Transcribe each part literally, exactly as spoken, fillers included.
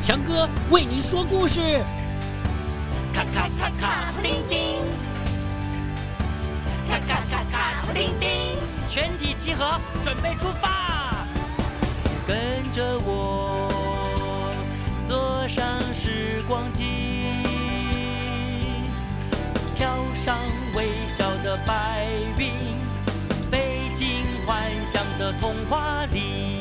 强哥为你说故事。 咔咔咔咔布丁丁，咔咔咔咔布丁丁， 全体集合，准备出发。跟着我，坐上时光机，飘上微笑的白云，飞进幻想的童话里。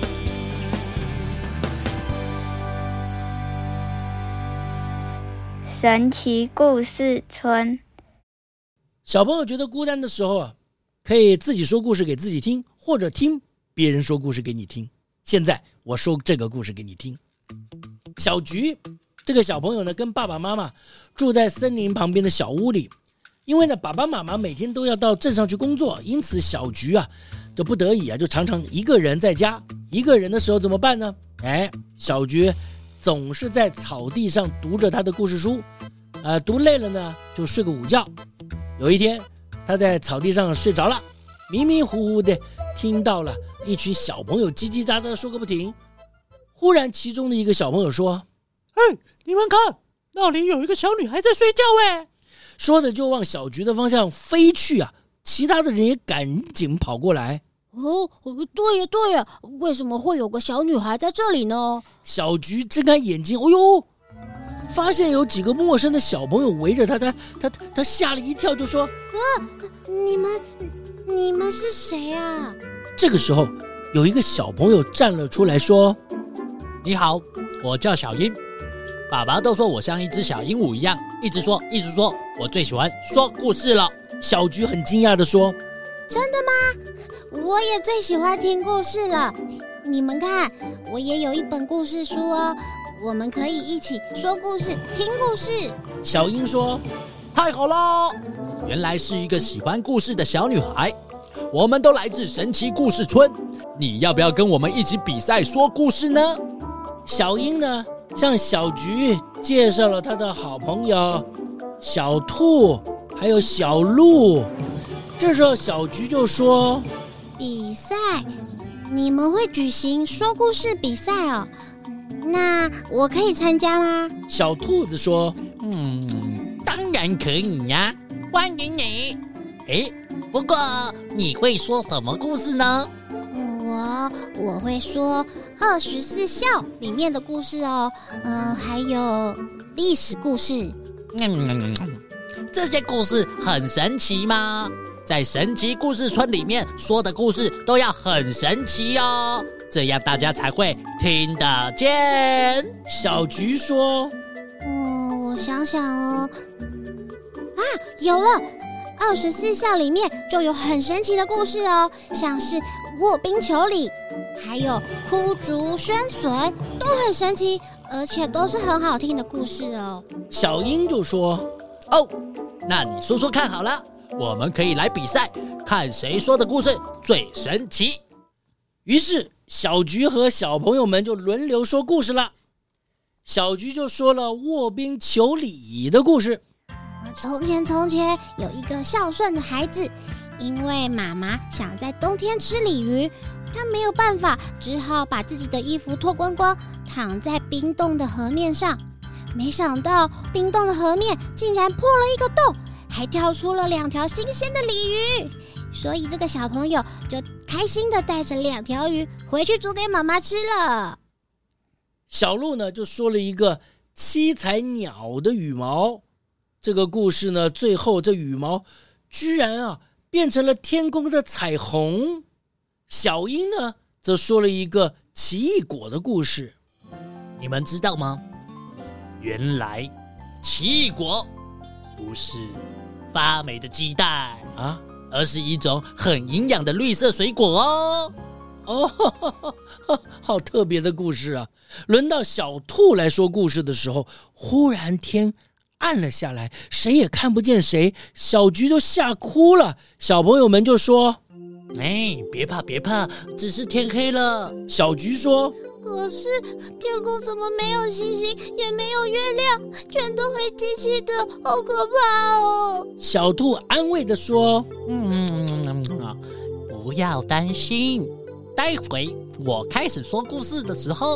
神奇故事村。 小朋友觉得孤单的时候啊，可以自己说故事给自己听，或者听别人说故事给你听。现在我说这个故事给你听。小菊这个小朋友呢，跟爸爸妈妈住在森林旁边的小屋里。因为呢，爸爸妈妈每天都要到镇上去工作，因此小菊啊，就不得已啊，就常常一个人在家。一个人的时候怎么办呢？哎，小菊总是在草地上读着他的故事书，呃，读累了呢，就睡个午觉。有一天，他在草地上睡着了，迷迷糊糊的听到了一群小朋友叽叽喳喳的说个不停。忽然，其中的一个小朋友说：“ 哎，你们看，那里有一个小女孩在睡觉哎！” 说着就往小菊的方向飞去啊！其他的人也赶紧跑过来。 哦，对呀对呀，为什么会有个小女孩在这里呢？ 小菊睁开眼睛，哦呦，发现有几个陌生的小朋友围着她，她她她吓了一跳，就说：“ 啊，你们你们是谁啊？” 这个时候，有一个小朋友站了出来，说：“ 你好，我叫小鹰。爸爸都说我像一只小鹦鹉一样，一直说一直说，我最喜欢说故事了。” 小菊很惊讶地说：“ 真的吗？我也最喜欢听故事了。你们看，我也有一本故事书哦，我们可以一起说故事、听故事。” 小鹰说：“ 太好了，原来是一个喜欢故事的小女孩。我们都来自神奇故事村，你要不要跟我们一起比赛说故事呢？” 小鹰呢，向小菊介绍了他的好朋友小兔还有小鹿。这时候小菊就说：“ 比赛？你们会举行说故事比赛哦？那我可以参加吗？” 小兔子说：“ 嗯，当然可以呀，欢迎你。诶，不过你会说什么故事呢？” 我我会说二十四孝里面的故事哦，嗯、呃，还有历史故事。 嗯，这些故事很神奇吗？在神奇故事村里面说的故事都要很神奇哦，这样大家才会听得见。 小菊说：“ 嗯，我想想哦，啊，有了！二十四孝里面就有很神奇的故事哦，像是卧冰求鲤，还有枯竹宣笋，都很神奇，而且都是很好听的故事哦。” 小鹰就说：“ 哦，那你说说看好了，我们可以来比赛，看谁说的故事最神奇。” 于是小菊和小朋友们就轮流说故事了。小菊就说了卧冰求鲤的故事。 从前从前有一个孝顺的孩子，因为妈妈想在冬天吃鲤鱼，他没有办法，只好把自己的衣服脱光光，躺在冰冻的河面上。没想到冰冻的河面竟然破了一个洞，还跳出了两条新鲜的鲤鱼。所以这个小朋友就开心地带着两条鱼回去煮给妈妈吃了。 小鹿呢就说了一个七彩鸟的羽毛。这个故事呢，最后这羽毛居然啊变成了天空的彩虹。小鹰呢则说了一个奇异果的故事。 你们知道吗？原来奇异果不是发霉的鸡蛋啊，而是一种很营养的绿色水果哦。 哦，呵呵呵，好特别的故事啊！轮到小兔来说故事的时候，忽然天暗了下来，谁也看不见谁，小菊都吓哭了。小朋友们就说：“ 哎，别怕别怕，只是天黑了。” 小菊说：“ 可是天空怎么没有星星，也没有月亮，全都黑漆漆的，好可怕哦！” 小兔安慰地说：“ 嗯，不要担心，待会我开始说故事的时候，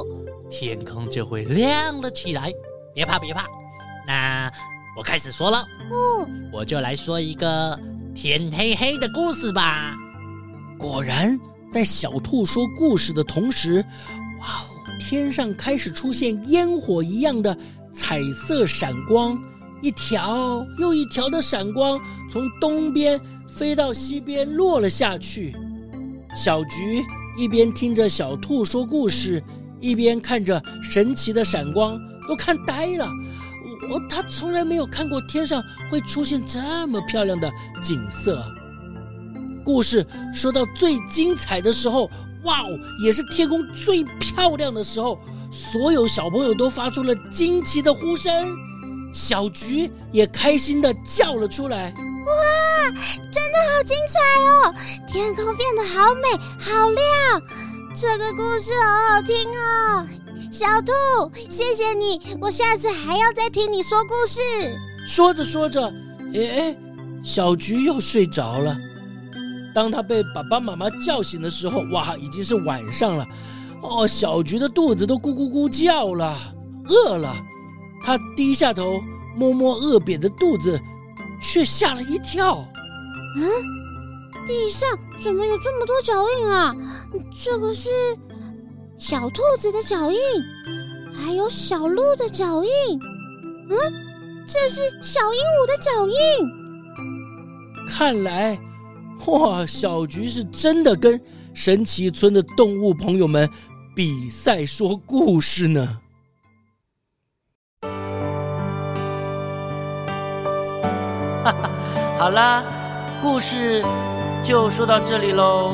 天空就会亮了起来。别怕别怕，那我开始说了。 哦， 我就来说一个天黑黑的故事吧。 果然，在小兔说故事的同时，哇哦，天上开始出现烟火一样的彩色闪光，一条又一条的闪光从东边飞到西边落了下去。小菊一边听着小兔说故事，一边看着神奇的闪光，都看呆了。我他从来没有看过天上会出现这么漂亮的景色。故事说到最精彩的时候，哇哦，也是天空最漂亮的时候，所有小朋友都发出了惊奇的呼声，小菊也开心地叫了出来。 哇，真的好精彩哦！天空变得好美好亮，这个故事好好听哦。小兔，谢谢你，我下次还要再听你说故事。 说着说着，哎，小菊又睡着了。当他被爸爸妈妈叫醒的时候，哇，已经是晚上了。哦，小菊的肚子都咕咕咕叫了，饿了。他低下头摸摸饿瘪的肚子，却吓了一跳。 嗯，地上怎么有这么多脚印啊？这个是小兔子的脚印，还有小鹿的脚印。嗯，这是小鹦鹉的脚印。 看来哇，小菊是真的跟神奇村的动物朋友们比赛说故事呢。 哈哈，好啦，故事就说到这里咯。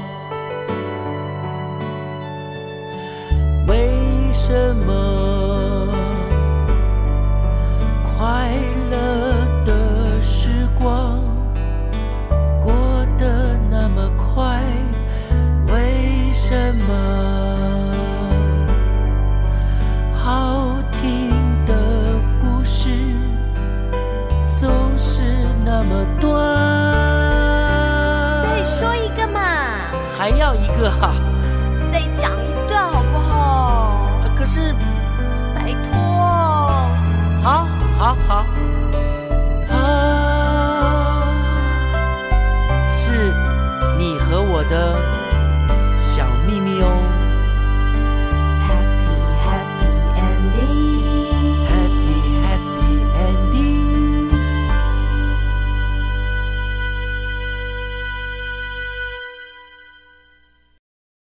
为什么快乐的时光过得那么快？为什么好听的故事总是那么短？ 再说一个嘛。 还要一个啊？ 再讲一段好不好？ 可是， 拜托。 好，好，好。他是你和我的